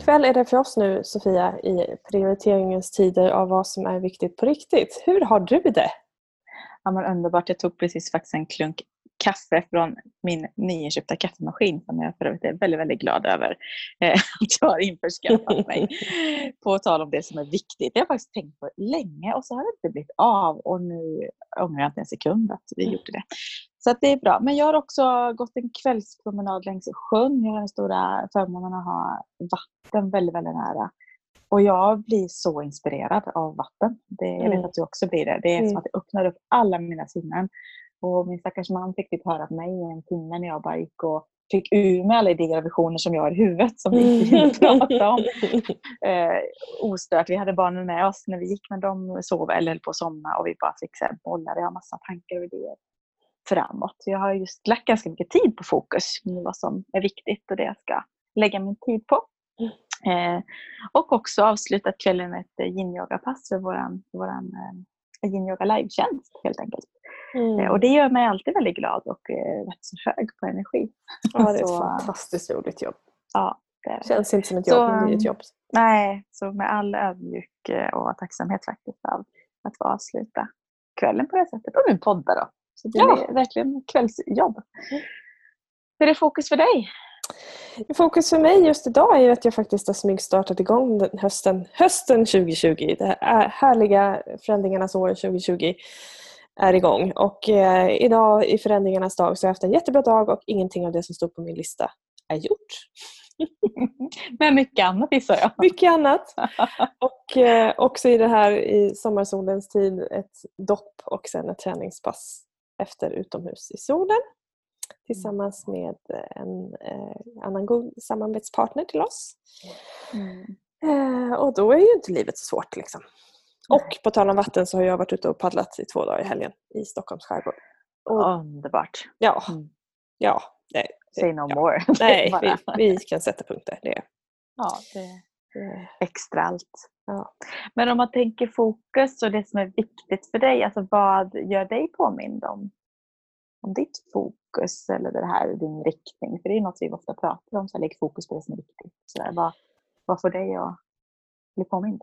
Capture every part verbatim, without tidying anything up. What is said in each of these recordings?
kväll är det för oss nu, Sofia, i prioriteringens tider av vad som är viktigt på riktigt. Hur har du det? Ja, men underbart. Jag tog precis faktiskt en klunk kaffe från min nyinköpta kaffemaskin som jag för övrigt är väldigt, väldigt glad över eh, att jag har införskaffat mig. På tal om det som är viktigt. Jag har faktiskt tänkt på det länge och så har det inte blivit av. Och nu ångrar jag inte en sekund att vi gjorde det. Så att det är bra. Men jag har också gått en kvällspromenad längs sjön. Jag har den stora förmånen att ha vatten väldigt, väldigt nära. Och jag blir så inspirerad av vatten. Det, jag vet Mm. att du också blir det. Det är Mm. som att det öppnar upp alla mina sinnen. Och min stackars man fick typ höra på mig i en timme när jag bara gick och fick ur med alla idéer och visioner som jag har i huvudet som vi inte hinner prata om. Eh, ostört. Vi hade barnen med oss när vi gick, men de sov eller höll på att somna och vi bara fick så här bollar. Vi har massa tankar och idéer framåt. Jag har just lagt ganska mycket tid på fokus med vad som är viktigt och det jag ska lägga min tid på. Eh, och också avslutat kvällen med ett yin-yoga-pass för våran, våran eh, yin-yoga live-tjänst helt enkelt. Mm. Eh, och det gör mig alltid väldigt glad och eh, rätt så hög på energi. Ja, det är ett så, fantastiskt roligt jobb. Ja, det är det. Känns inte som ett Så, jobb, men det är ett jobb. Nej, så med all ödmjuk och tacksamhet faktiskt av att få avsluta kvällen på det sättet. Och nu podda då. Så det Ja. är verkligen kvällsjobb. Hur är fokus för dig? Fokus för mig just idag är ju att jag faktiskt har smygstartat igång den hösten, hösten tjugo tjugo. Det här härliga förändringarnas år tjugo tjugo är igång. Och eh, idag i förändringarnas dag så har jag haft en jättebra dag och ingenting av det som stod på min lista är gjort. Men mycket annat gissar jag. Mycket annat. Och eh, också i det här i sommarsolens tid ett dopp och sen ett träningspass efter utomhus i solen. Tillsammans med en eh, annan god samarbetspartner till oss. Mm. Eh, och då är ju inte livet så svårt liksom. Och på tal om vatten så har jag varit ute och paddlat i två dagar i helgen i Stockholms skärgård. Och, Underbart. ja, Mm. ja. Nej, Say no ja. more. Nej, vi, vi kan sätta punkter. Det. Ja, det är extra allt. Ja. Men om man tänker fokus och det som är viktigt för dig, alltså vad gör dig påmind om, om ditt fokus eller det här, din riktning? För det är något vi ofta pratar om, så lägg fokus på det som är viktigt. Så där, vad, vad får dig att bli påmind?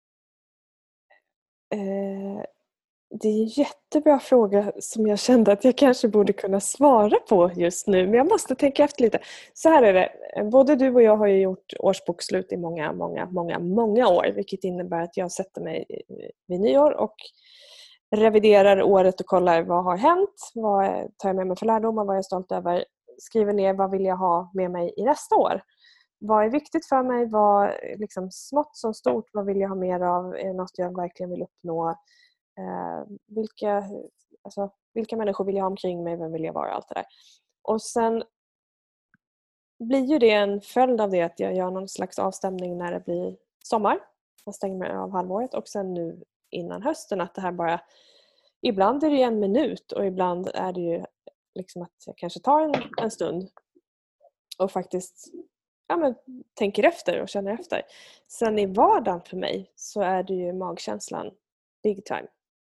Eh, det är en jättebra fråga som jag kände att jag kanske borde kunna svara på just nu. Men jag måste tänka efter lite. Så här är det. Både du och jag har ju gjort årsbokslut i många, många, många, många år. Vilket innebär att jag sätter mig vid nyår och reviderar året och kollar vad har hänt. Vad tar jag med mig för lärdomar? Vad är jag stolt över? Skriver ner vad vill jag ha med mig i nästa år? Vad är viktigt för mig? Vad liksom smått som stort? Vad vill jag ha mer av? Är det något jag verkligen vill uppnå? Eh, vilka, alltså, vilka människor vill jag ha omkring mig? Vem vill jag vara? Allt det där. Och sen blir ju det en följd av det att jag gör någon slags avstämning när det blir sommar. Jag stänger mig av halvåret. Och sen nu innan hösten att det här bara... Ibland är det en minut och ibland är det ju liksom att jag kanske tar en, en stund och faktiskt ja, men, tänker efter och känner efter. Sen i vardagen för mig så är det ju magkänslan big time.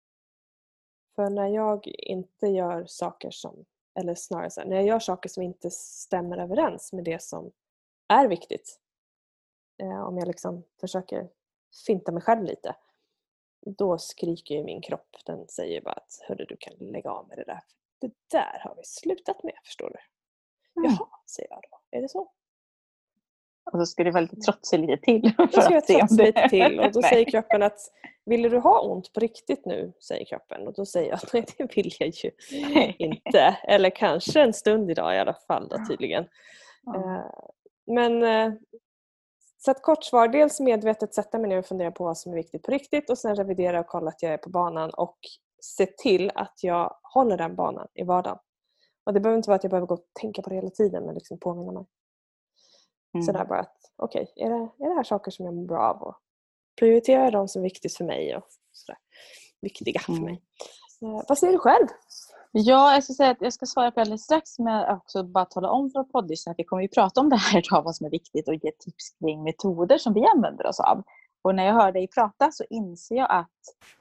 För när jag inte gör saker som, eller snarare så här, när jag gör saker som inte stämmer överens med det som är viktigt. Eh, om jag liksom försöker finta mig själv lite. Då skriker ju min kropp. Den säger bara att hörru, du kan lägga av med det där. Det där har vi slutat med, förstår du. Mm. Jaha, säger jag då. Är det så? Och så ska det vara lite trotsig lite till. Då ska jag trotsa lite till. Och då Nej. säger kroppen att vill du ha ont på riktigt nu? Säger kroppen. Och då säger jag att nej, det vill jag ju inte. Eller kanske en stund idag i alla fall då, tydligen. Ja. Men så att kort svar. Dels medvetet sätta mig ner och fundera på vad som är viktigt på riktigt. Och sen revidera och kolla att jag är på banan. Och se till att jag håller den banan i vardagen. Och det behöver inte vara att jag behöver gå och tänka på det hela tiden. Men liksom påminna mig. Mm. Sådär bara att okej, okay, är, det, är det här saker som jag mår bra av? Och prioritera de som är viktigt för mig. Och sådär. Viktiga för mig. Mm. Vad säger du själv? Ja, jag ska säga att jag ska svara på alldeles strax. Men också bara tala om för poddlyssnarna att vi kommer ju prata om det här idag. Vad som är viktigt och ge tips kring metoder som vi använder oss av. Och när jag hör dig prata så inser jag att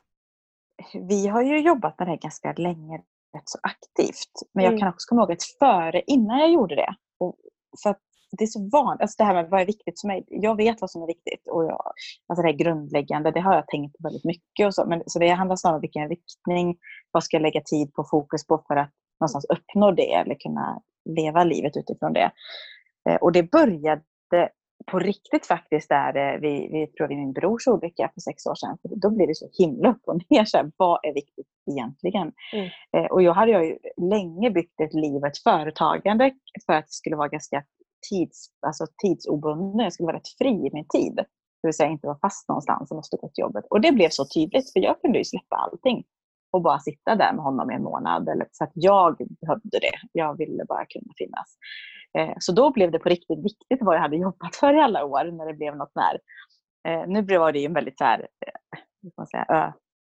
vi har ju jobbat med det här ganska länge. Rätt så aktivt. Men jag mm. kan också komma ihåg att före, innan jag gjorde det. Och för att det är så vanligt, alltså det här med vad är viktigt för mig. Jag vet vad som är viktigt och jag, alltså det är grundläggande, det har jag tänkt på väldigt mycket. Och så, men, så det handlar snarare om vilken riktning, vad ska jag lägga tid på, fokus på för att någonstans uppnå det eller kunna leva livet utifrån det. Eh, och det började på riktigt faktiskt där vi, vi tror vi min brors olycka för sex år sedan. För då blev det så himla upp och ner. Så här, vad är viktigt egentligen? Mm. Eh, och jag hade ju länge byggt ett liv och ett företagande för att det skulle vara ganska tids, alltså tidsobunden. Jag skulle vara rätt fri i min tid. Det vill säga inte vara fast någonstans och måste gå till jobbet. Och det blev så tydligt för jag kunde ju släppa allting. Och bara sitta där med honom i en månad. Eller, så att jag behövde det. Jag ville bara kunna finnas. Så då blev det på riktigt viktigt vad jag hade jobbat för i alla år när det blev något när. Eh, nu blev det ju en väldigt så här, eh, hur ska man säga, ö.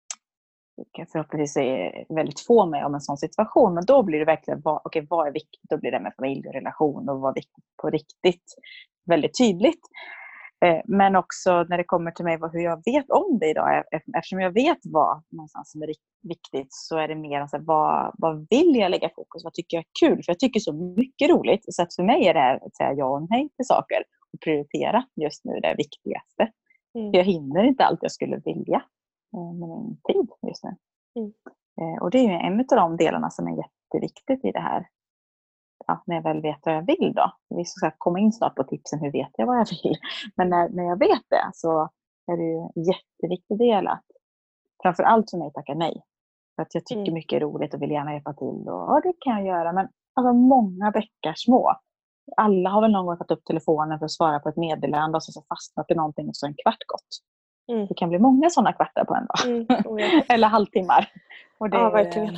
Jag förhoppningsvis är väldigt få med om en sån situation. Men då blir det verkligen, vad, okay, vad är viktigt? Då blir det med familj och relation och vad är viktigt på riktigt väldigt tydligt. Eh, men också när det kommer till mig vad, hur jag vet om det idag. Eftersom jag vet vad någonstans som är viktigt så är det mer så här, vad, vad vill jag lägga fokus? Vad tycker jag är kul? För jag tycker så mycket roligt. Så att för mig är det här att säga ja och nej till saker. Och prioritera just nu det viktigaste. Mm. För jag hinner inte allt jag skulle vilja eh, med min tid just nu. Mm. Eh, och det är ju en av de delarna som är jätteviktigt i det här. Ja, när jag väl vet vad jag vill då. Vi ska komma in snart på tipsen hur vet jag vad jag vill. Men när, när jag vet det så är det ju en jätteviktig del att framförallt för mig tacka nej. För att jag tycker mm. mycket är roligt och vill gärna hjälpa till. Och ja, det kan jag göra. Men alltså, många bäckar små. Alla har väl någon gång tagit upp telefonen för att svara på ett meddelande och så, så fastnat i någonting och så en kvart gått. Mm. Det kan bli många sådana kvartar på en dag. Mm. Oh, ja. Eller halvtimmar. Och det, ja, verkligen.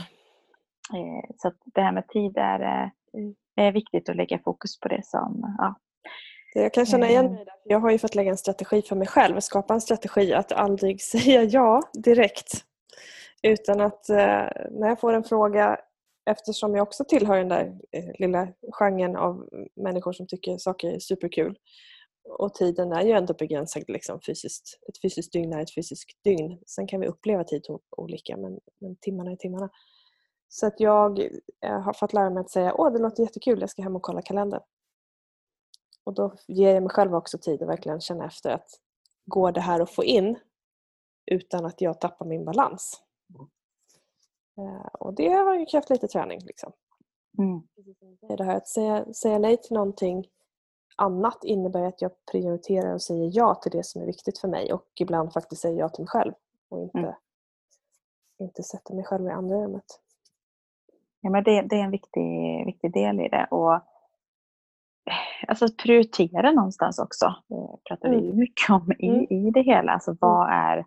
Eh, så att det här med tid är... Eh, Det är viktigt att lägga fokus på det som... Ja. Jag kan känna igen mig där. Jag har ju fått lägga en strategi för mig själv. Skapa en strategi att aldrig säga ja direkt. Utan att eh, när jag får en fråga, eftersom jag också tillhör den där eh, lilla genren av människor som tycker saker är superkul. Och tiden är ju ändå begränsad. Liksom, fysiskt. Ett fysiskt dygn är ett fysiskt dygn. Sen kan vi uppleva tid olika, men, men timmarna är timmarna. Så att jag har fått lära mig att säga, åh det låter jättekul, jag ska hem och kolla kalendern. Och då ger jag mig själv också tid att verkligen känna efter att går det här att få in utan att jag tappar min balans. Mm. Och det har ju krävt lite träning. Liksom. Mm. Det här att säga, säga nej till någonting annat innebär att jag prioriterar och säger ja till det som är viktigt för mig. Och ibland faktiskt säger ja till mig själv. Och inte, mm. inte sätta mig själv i andra rummet. Ja, men det, det är en viktig, viktig del i det. Och alltså prioritera någonstans också. Det pratar vi mm. mycket om i, mm. i det hela. Alltså vad är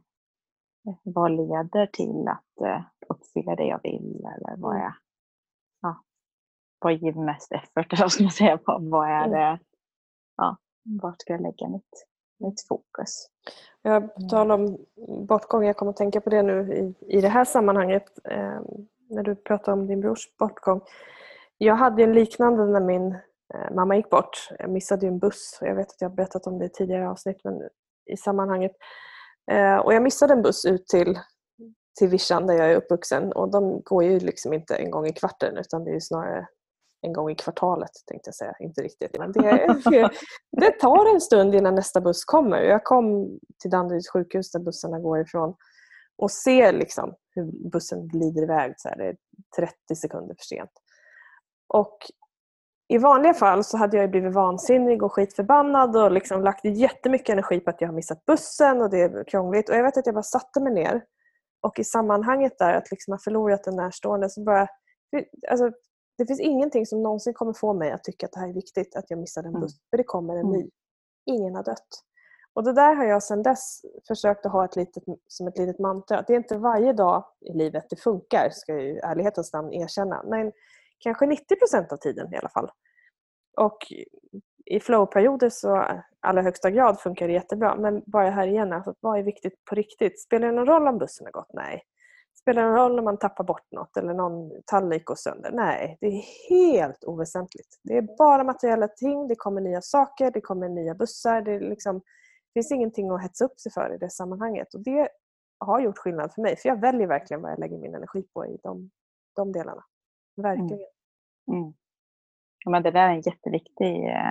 vad leder till att uh, uppfylla det jag vill? Eller vad är ja, vad ger mest effort? Eller vad ska man säga? Vad, vad är det? Mm. Ja, vart ska jag lägga mitt, mitt fokus? Jag på tal om bortgång, jag kommer att tänka på det nu i, i det här sammanhanget. Eh, när du pratar om din brors bortgång. Jag hade en liknande när min eh, mamma gick bort. Jag missade ju en buss. Jag vet att jag har berättat om det i tidigare avsnitt, men i sammanhanget. Eh, och jag missade en buss ut till, till Vischan där jag är uppvuxen. Och de går ju liksom inte en gång i kvarten, utan det är ju snarare en gång i kvartalet, tänkte jag säga. Inte riktigt. Men det, det tar en stund innan nästa buss kommer. Jag kom till Danderyds sjukhus där bussarna går ifrån. Och ser liksom hur bussen glider iväg. Så här, det är trettio sekunder för sent. Och i vanliga fall så hade jag blivit vansinnig och skitförbannad. Och liksom lagt jättemycket energi på att jag har missat bussen. Och det är krångligt. Och jag vet att jag bara satte mig ner. Och i sammanhanget där att liksom ha förlorat en närstående. Så bara, alltså, det finns ingenting som någonsin kommer få mig att tycka att det här är viktigt. Att jag missade en buss. Mm. För det kommer en ny. Ingen har dött. Och det där har jag sedan dess försökt att ha ett litet, som ett litet mantra. Det är inte varje dag i livet det funkar, ska jag ju ärlighetens namn erkänna. Men kanske nittio procent av tiden i alla fall. Och i flowperioder så allra högsta grad funkar det jättebra. Men bara här igen, alltså, vad är viktigt på riktigt? Spelar det någon roll om bussen har gått? Nej. Spelar det någon roll om man tappar bort något eller någon tallrik går sönder? Nej, det är helt oväsentligt. Det är bara materiella ting, det kommer nya saker, det kommer nya bussar. Det är liksom... Det finns ingenting att hetsa upp sig för i det sammanhanget. Och det har gjort skillnad för mig. För jag väljer verkligen vad jag lägger min energi på i de, de delarna. Verkligen. Mm. Mm. Ja, men det där är en jätteviktig,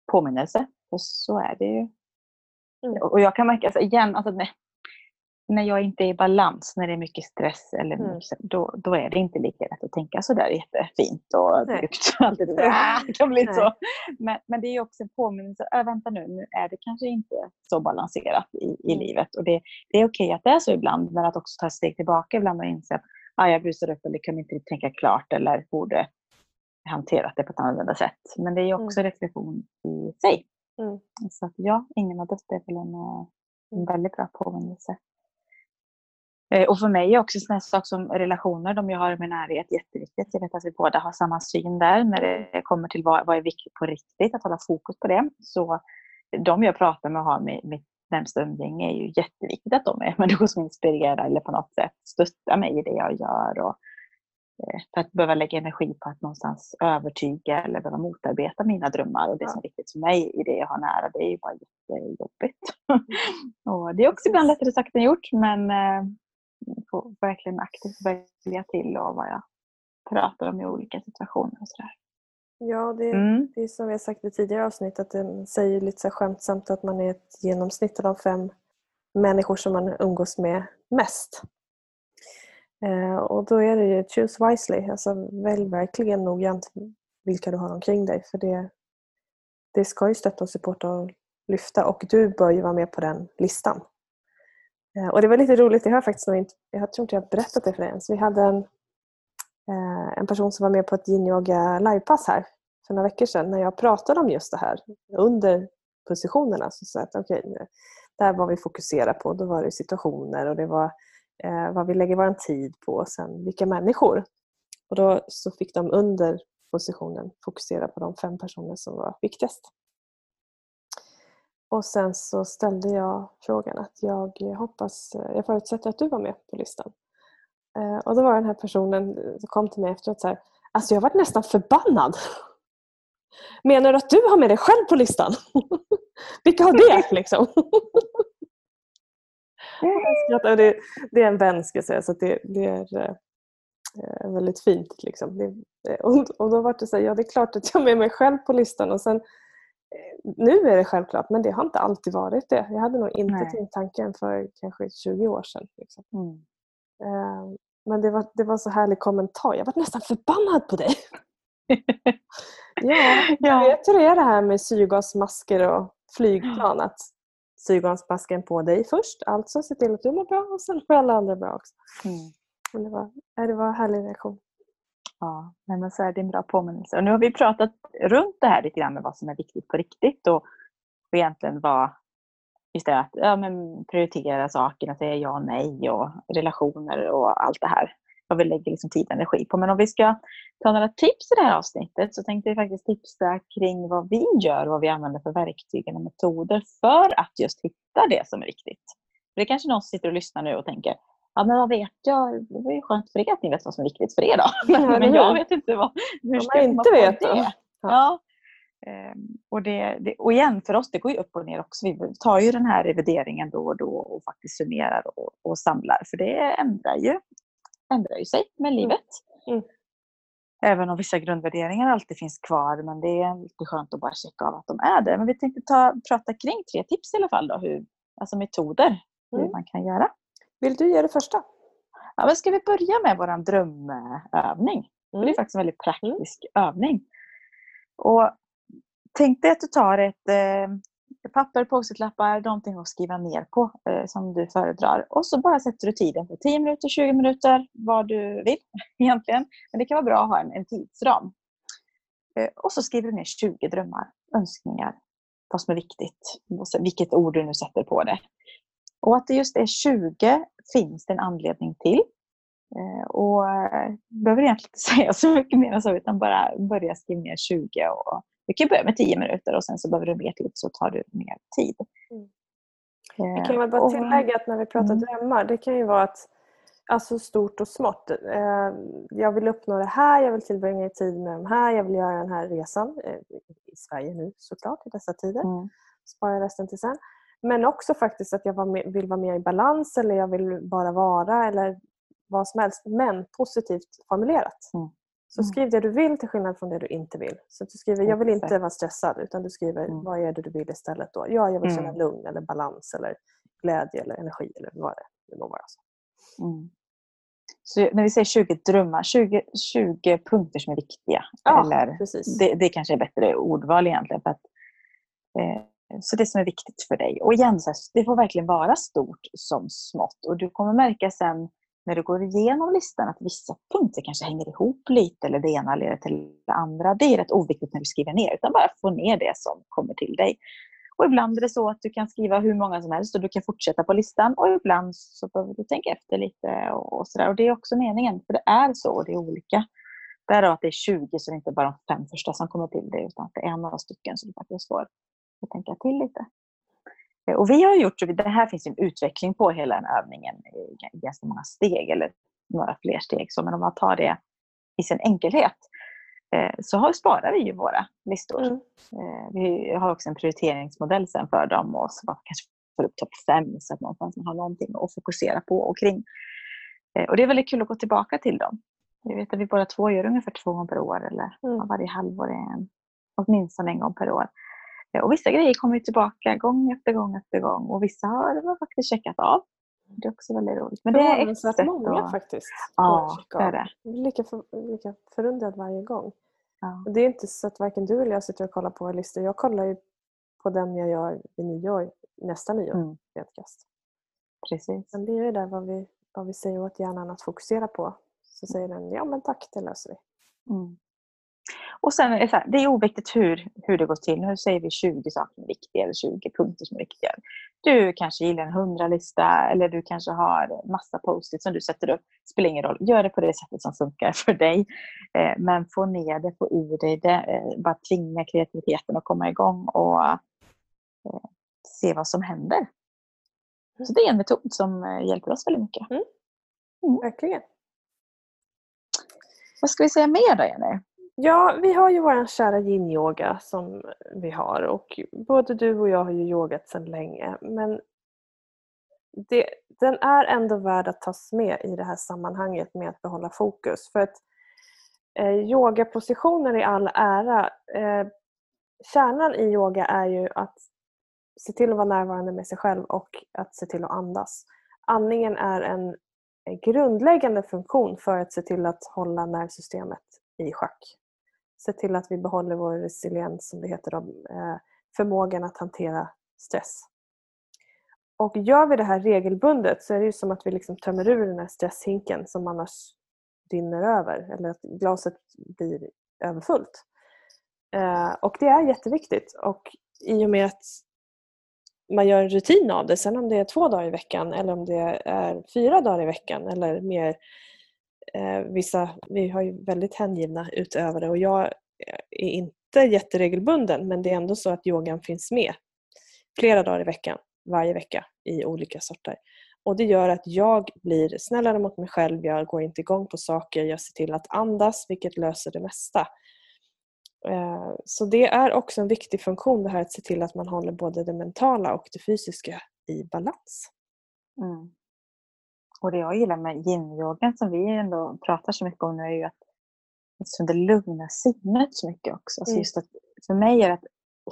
påminnelse. För så är det ju. Mm. Och jag kan märka, alltså igen, alltså, nej, när jag inte är i balans, när det är mycket stress eller Mm. mycket, då, då är det inte lika lätt att tänka så där jättefint och Nej. mjukt. Allt det där. Ah, det kan bli Nej. så. Men, men det är ju också en påminnelse. Äh, vänta nu, nu är det kanske inte så balanserat i, i Mm. livet. Och det, det är okej att det är så ibland, men att också ta ett steg tillbaka ibland och inse att ah, jag busar upp eller kan inte tänka klart eller borde hanterat det på ett annorlunda sätt. Men det är ju också Mm. reflektion i sig. Mm. Så att ja, ingen har dött, det är väl en, en väldigt bra påminnelse. Och för mig är också sådana saker som relationer, de jag har med närhet, jätteviktigt. Jag vet att vi båda har samma syn där när det kommer till vad, vad är viktigt på riktigt, att hålla fokus på det. Så de jag pratar med och har med mitt närmsta umgänge är ju jätteviktigt att de är människor som inspirerar eller på något sätt stöttar mig i det jag gör. Och för att behöva lägga energi på att någonstans övertyga eller behöva motarbeta mina drömmar och det Ja. som är viktigt för mig i det jag har nära, det är ju bara jättejobbigt. Och det är också ibland lättare sagt än gjort, men jag får verkligen aktivt välja till och vad jag pratar om i olika situationer och sådär. Ja, det, Mm. det är som vi har sagt i tidigare avsnitt, att den säger lite så här skämtsamt att man är ett genomsnitt av de fem människor som man umgås med mest. Eh, och då är det ju choose wisely, alltså välj verkligen noggrant vilka du har omkring dig, för det, det ska ju stötta och supporta och lyfta, och du bör ju vara med på den listan. Eh, och det var lite roligt, jag har faktiskt nog inte, jag tror inte jag har berättat det för dig ens. Vi hade en, eh, en person som var med på ett yin-yoga livepass här för några veckor sedan, när jag pratade om just det här under positionerna. Så sa jag att okej, okay, där var vi fokusera på, då var det situationer och det var eh, vad vi lägger vår tid på och sen vilka människor. Och då så fick de under positionen fokusera på de fem personer som var viktigast. Och sen så ställde jag frågan att jag hoppas, jag förutsätter att du var med på listan. Eh, och då var den här personen som kom till mig efteråt så här, alltså jag var nästan förbannad. Menar du att du har med dig själv på listan? Vilka har det liksom? det, det är en vän, ska jag säga, så det, det är eh, väldigt fint liksom. Det, och, och då var det så här, ja det är klart att jag har med mig själv på listan, och sen eh, nu är det självklart, men det har inte alltid varit det. Jag hade nog inte Nej. tänkt tanken för kanske tjugo år sedan liksom. Mm. eh, men det var, det var så härlig kommentar, jag var nästan förbannad på dig. Ja, jag vet hur det är det här med syrgasmasker och flygplan, att syrgasmasken på dig först, alltså se till att du mår bra och sen får alla andra bra också. Mm. Men det var, det var en härlig reaktion. Ja, men så är det en bra påminnelse. Och nu har vi pratat runt det här lite grann med vad som är viktigt på riktigt och, och egentligen vad just det att ja, men prioritera saker, att säga ja och nej och relationer och allt det här. Vad vi lägger liksom tid och energi på. Men om vi ska ta några tips i det här avsnittet, så tänkte vi faktiskt tipsa kring vad vi gör och vad vi använder för verktyg och metoder för att just hitta det som är viktigt. Det är kanske någon som sitter och lyssnar nu och tänker, ja men vad vet jag, det var ju skönt för er att ni vet vad som är viktigt för er då. Men, Ja, men jag vet inte vad, hur ska jag komma på vet det? Ja. Ja. Um, och, det, det, och igen, för oss, det går ju upp och ner också. Vi tar ju den här revideringen då och då och faktiskt summerar och, och samlar. För det ändrar ju, ändrar ju sig med livet. Mm. Mm. Även om vissa grundvärderingar alltid finns kvar. Men det är lite skönt att bara checka av att de är det. Men vi tänkte ta, prata kring tre tips i alla fall. Då, hur, alltså metoder, hur mm. man kan göra. Vill du göra det första? Ja, men ska vi börja med vår drömövning? Mm. Det är faktiskt en väldigt praktisk mm. övning. Och tänk dig att du tar ett eh, papper, post-it-lappar, någonting att skriva ner på eh, som du föredrar. Och så bara sätter du tiden på tio minuter, tjugo minuter, vad du vill egentligen. Men det kan vara bra att ha en, en tidsram. Eh, och så skriver du ner tjugo drömmar, önskningar, vad som är viktigt. Vilket ord du nu sätter på det. Och att det just är tjugo finns det en anledning till. Eh, och eh, behöver egentligen inte säga så mycket mer än så, utan bara börja skriva ner tjugo. Och vi kan börja med tio minuter och sen så behöver du mer tid, så tar du mer tid. Mm. Eh, jag kan väl bara tillägga att när vi pratar mm. drömmar, det kan ju vara att alltså stort och smått. Eh, jag vill uppnå det här, jag vill tillbringa tid med de här, jag vill göra den här resan eh, i Sverige nu såklart i dessa tider. Mm. Spara resten till sen. Men också faktiskt att jag var med, vill vara mer i balans, eller jag vill bara vara, eller vad som helst, men positivt formulerat. Mm. Så Mm. skriv det du vill till skillnad från det du inte vill. Så att du skriver, jag vill inte Exakt. vara stressad, utan du skriver, Mm. vad är det du vill istället då? Ja, jag vill känna Mm. lugn eller balans eller glädje eller energi eller vad det, det må vara. Så. Mm. Så när vi säger tjugo drömmar, tjugo, tjugo punkter som är viktiga. Ja, eller, precis. det, det kanske är bättre ordval egentligen. För att, eh, så det som är viktigt för dig. Och igen, så här, det får verkligen vara stort som smått. Och du kommer märka sen när du går igenom listan att vissa punkter kanske hänger ihop lite. Eller det ena leder till det andra. Det är rätt oviktigt när du skriver ner. Utan bara få ner det som kommer till dig. Och ibland är det så att du kan skriva hur många som helst och du kan fortsätta på listan. Och ibland så behöver du tänka efter lite och, och sådär. Och det är också meningen, för det är så och det är olika. Därav att det är tjugo så det är inte bara de fem första som kommer till dig utan att det är några stycken som du faktiskt får att tänka till lite. Och vi har gjort så, det här finns en utveckling på hela den övningen i ganska många steg eller några fler steg. Så, men om man tar det i sin enkelhet så har, sparar vi ju våra listor. Mm. Vi har också en prioriteringsmodell sen för dem och så man kanske får upp topp fem så att någonstans man har någonting att fokusera på och kring. Och det är väldigt kul att gå tillbaka till dem. Jag vet att vi båda två gör ungefär två gånger per år eller Mm. varje halvår är en, åtminstone en gång per år. Och vissa grejer kommer ju tillbaka gång efter gång efter gång och vissa har man faktiskt checkat av. Det är också väldigt roligt. Men det är ett sätt många att... faktiskt. Ja, det är det. Lika, för, lika förundrad varje gång. Ja. Och det är inte så att varken du eller jag sitter och kollar på våra listor. Jag kollar ju på den jag gör vid nyår, nästa nyår. Mm. Precis. Men det är ju där vad vi, vad vi säger åt hjärnan att fokusera på. Så säger den, ja men tack, det löser vi. Mm. Och sen är det så här, det är oviktigt hur, hur det går till. Nu säger vi tjugo saker som är viktiga eller tjugo punkter som är viktiga. Du kanske gillar en hundra-lista eller du kanske har massa post-it som du sätter upp. Spelar ingen roll. Gör det på det sättet som funkar för dig. Eh, men få ner det, få ur dig det. Eh, bara tvinga kreativiteten att komma igång och eh, se vad som händer. Så det är en metod som eh, hjälper oss väldigt mycket. Mm. Mm. Verkligen. Vad ska vi säga mer då, Jenny? Ja, vi har ju vår kära yin-yoga som vi har och både du och jag har ju yogat sedan länge, men det, den är ändå värd att tas med i det här sammanhanget med att behålla fokus. För att eh, yogapositioner i all ära, eh, kärnan i yoga är ju att se till att vara närvarande med sig själv och att se till att andas. Andningen är en, en grundläggande funktion för att se till att hålla nervsystemet i schack. Se till att vi behåller vår resiliens, som det heter, då, förmågan att hantera stress. Och gör vi det här regelbundet så är det ju som att vi liksom tömmer ur den här stresshinken som annars rinner över eller att glaset blir överfullt. Och det är jätteviktigt, och i och med att man gör en rutin av det, sen om det är två dagar i veckan eller om det är fyra dagar i veckan eller mer. Eh, vissa, vi har ju väldigt hängivna utövare och jag är inte jätteregelbunden, men det är ändå så att yogan finns med flera dagar i veckan, varje vecka i olika sorter. Och det gör att jag blir snällare mot mig själv, jag går inte igång på saker, jag ser till att andas, vilket löser det mesta. Eh, så det är också en viktig funktion, det här att se till att man håller både det mentala och det fysiska i balans. Mm. Och det jag gillar med yin-yogan som vi ändå pratar så mycket om nu är ju att liksom det lugnar sinnet så mycket också. Alltså Mm. just att för mig är det att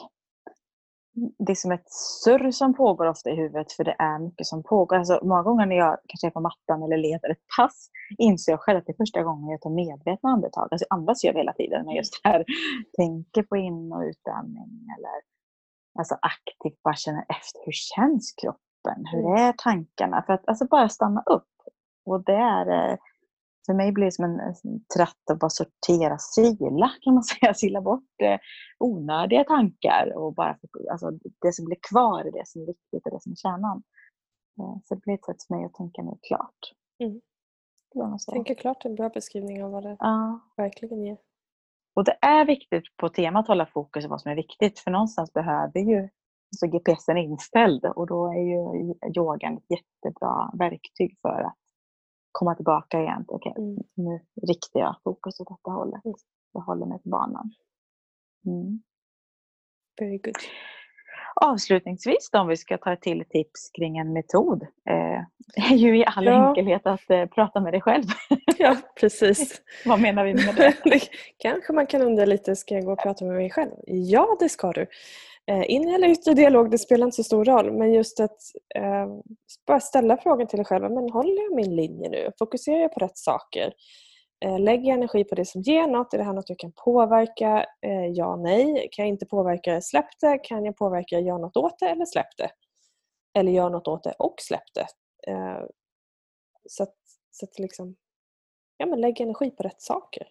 det är som ett surr som pågår ofta i huvudet, för det är mycket som pågår. Alltså många gånger när jag kanske är på mattan eller leder ett pass inser jag själv att det är första gången jag tar medvetna andetag. Alltså andas jag hela tiden, men just här tänker på in- och utandning eller alltså aktivt bara känner efter hur känns kroppen, hur Mm. är tankarna, för att alltså bara stanna upp. Och det är för mig blir det som en, en tratt att bara sortera, sila kan man säga, sila bort eh, onödiga tankar och bara alltså, det som blir kvar är det som är viktigt och det som är kärnan. Eh, så det blir ett sätt för mig att tänka mer klart. Mm. Tänka klart är en bra beskrivning av vad det ja. verkligen ger. Och det är viktigt på temat hålla fokus på vad som är viktigt, för någonstans behöver ju alltså G P S'en inställd och då är ju yogan ett jättebra verktyg för att komma tillbaka igen. Okej, okay, mm. nu riktar jag fokus åt detta hållet. Jag håller mig på banan. Mm. Very good. Avslutningsvis då, om vi ska ta ett till tips kring en metod. Eh, är ju i all Ja. enkelhet att eh, prata med dig själv. Ja, precis. Vad menar vi med det? det kanske man kan undra lite, ska jag gå och prata med mig själv? Ja, det ska du. Eh, in eller yttre dialog, det spelar inte så stor roll. Men just att eh, bara ställa frågan till dig själv. Men håller jag min linje nu? Fokuserar jag på rätt saker? Eh, lägger jag energi på det som ger något? Är det här något jag kan påverka? Eh, ja, nej. Kan jag inte påverka det? Släpp det. Kan jag påverka? Gör något åt det eller släpp det? Eller gör något åt det och släpp det. Eh, så att, så att liksom, ja, men lägg energi på rätt saker.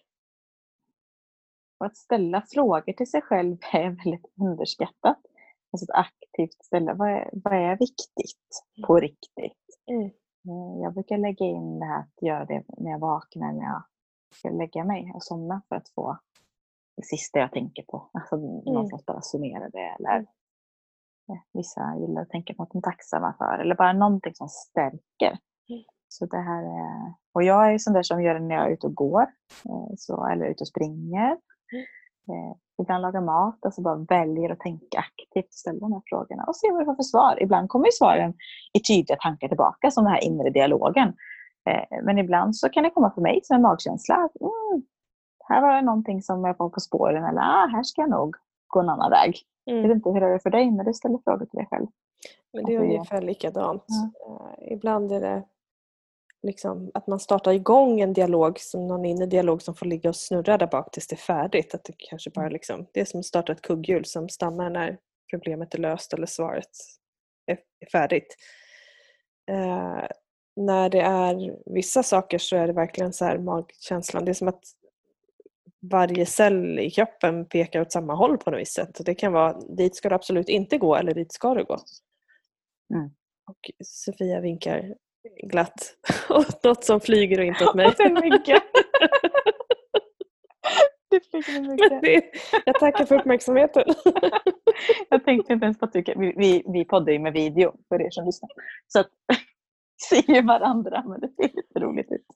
Och att ställa frågor till sig själv är väldigt underskattat. Alltså att aktivt ställa, vad är, vad är viktigt på riktigt? Mm. Jag brukar lägga in det här att göra det när jag vaknar, när jag ska lägga mig och somna, för att få det sista jag tänker på. Alltså mm. någonstans bara summera det. Eller Mm. ja, vissa gillar att tänka på att de är tacksamma för. Eller bara någonting som stärker. Mm. Så det här är, och jag är sån där som gör det när jag är ute och går. Så, eller ute och springer. Mm. Eh, ibland lagar mat. Alltså bara väljer att tänka aktivt. Ställa de här frågorna och se vad det får för svar. Ibland kommer ju svaren i tydliga tankar tillbaka. Som den här inre dialogen. Eh, men ibland så kan det komma för mig som en magkänsla. Att, mm, här var det någonting som jag var på spåren. Eller ah, här ska jag nog gå en annan väg. Mm. Jag vet inte hur det är för dig när du ställer frågor till dig själv. Men det är alltså, ungefär likadant. Ja. Uh, ibland är det liksom att man startar igång en dialog, som någon inre dialog som får ligga och snurra där bak tills det är färdigt. Att det kanske bara liksom, det är som att starta ett kugghjul som stannar när problemet är löst eller svaret är, är färdigt. Uh, när det är vissa saker så är det verkligen så här magkänslan. Det är som att varje cell i kroppen pekar åt samma håll på något vis sätt. Det kan vara, dit ska du absolut inte gå eller dit ska du gå. Mm. Och Sofia vinkar glatt åt något som flyger och inte åt mig. Och sen vinkar. Det flyger mycket. Det, jag tackar för uppmärksamheten. Jag tänkte inte ens på att du, vi, vi, vi poddar ju med video för er som lyssnar. Så att ser ju varandra, men det ser lite roligt ut.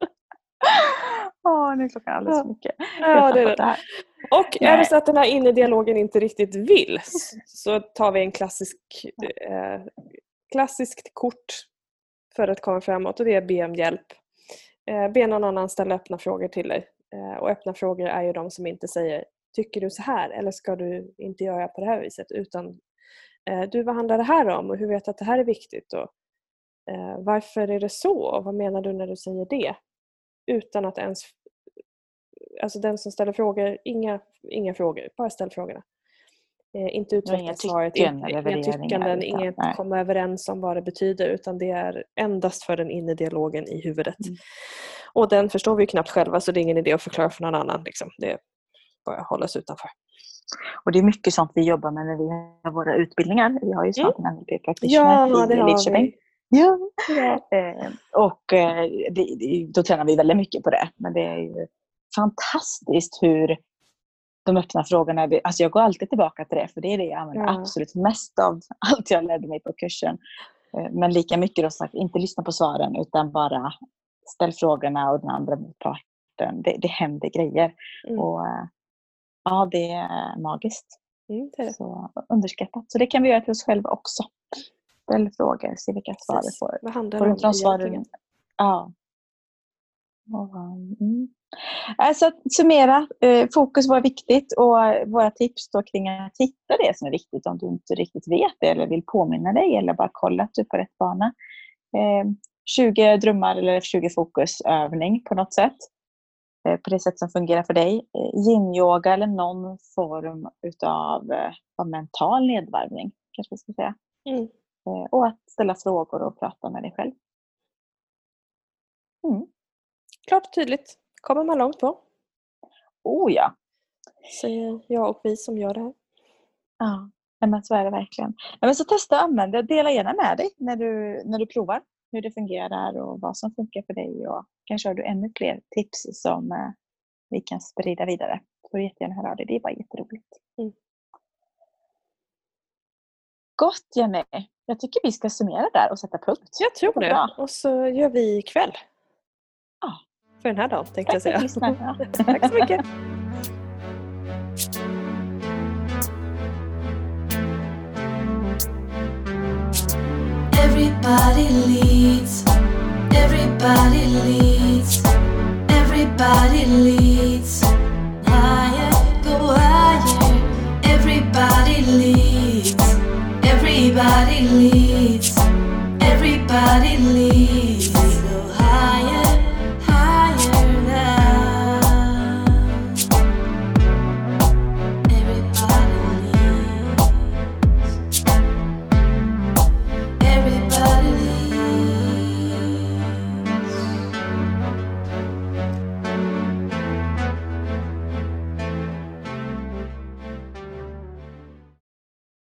Åh, nu klockan alldeles för mycket. Ja, det är det. Och Nej. Är det så att den här inre dialogen inte riktigt vill, så tar vi en klassisk eh, klassiskt kort för att komma framåt, och det är be om hjälp. Eh, be någon annan ställa öppna frågor till dig. Eh, och öppna frågor är ju de som inte säger, tycker du så här eller ska du inte göra på det här viset, utan eh, du, vad handlar det här om och hur vet du att det här är viktigt och eh, varför är det så och vad menar du när du säger det? Utan att ens, alltså den som ställer frågor, inga, inga frågor, bara ställ frågorna. Eh, inte utveckla svaret, inga, inga tyckanden, inget nej. komma överens om vad det betyder, utan det är endast för den inre dialogen i huvudet. Mm. Och den förstår vi ju knappt själva, så det är ingen idé att förklara för någon annan. Liksom. Det är bara att hålla oss utanför. Och det är mycket sånt vi jobbar med när vi har våra utbildningar. Vi har ju snart mm. en N L P-practitioner ja, i Lidköping. Ja. Ja. Eh, och eh, det, då tränar vi väldigt mycket på det. Men det är ju fantastiskt hur de öppna frågorna, alltså jag går alltid tillbaka till det, för det är det jag använder ja. absolut mest av allt jag lärde mig på kursen. Eh, men lika mycket då sagt, inte lyssna på svaren utan bara ställ frågorna och den andra motparten. Det, det händer grejer. Mm. Och eh, ja, det är magiskt. Mm, det är det. Så underskattat. Så det kan vi göra till oss själva också. Ställ frågor, se vilka svar vi får. Vad handlar det om egentligen? Ja. Mm. Alltså att summera, eh, fokus var viktigt, och våra tips då kring att hitta det som är viktigt om du inte riktigt vet det eller vill påminna dig eller bara kolla att du är på rätt bana. Eh, tjugo drömmar eller tjugo fokusövning på något sätt. Eh, på det sätt som fungerar för dig. Eh, yin-yoga eller någon form utav, eh, av mental nedvarvning kanske jag ska säga. Mm. Eh, och att ställa frågor och prata med dig själv. Mm. Klart och tydligt. Kommer man långt på. Oh ja. Säger jag och vi som gör det här. Ja, men så är det verkligen. Men så testa och använda. Dela gärna med dig när du, när du provar hur det fungerar och vad som funkar för dig. Och kanske har du ännu fler tips som eh, vi kan sprida vidare. Så får du jättegärna höra det. Det är bara jätteroligt. Mm. Gott, Jenny. Jag tycker vi ska summera där och sätta punkt. Jag tror det. Bra. Och så gör vi ikväll. Ja. För den här dagen tänkte jag säga. Tack så mycket. Everybody leads. Everybody leads. Everybody leads.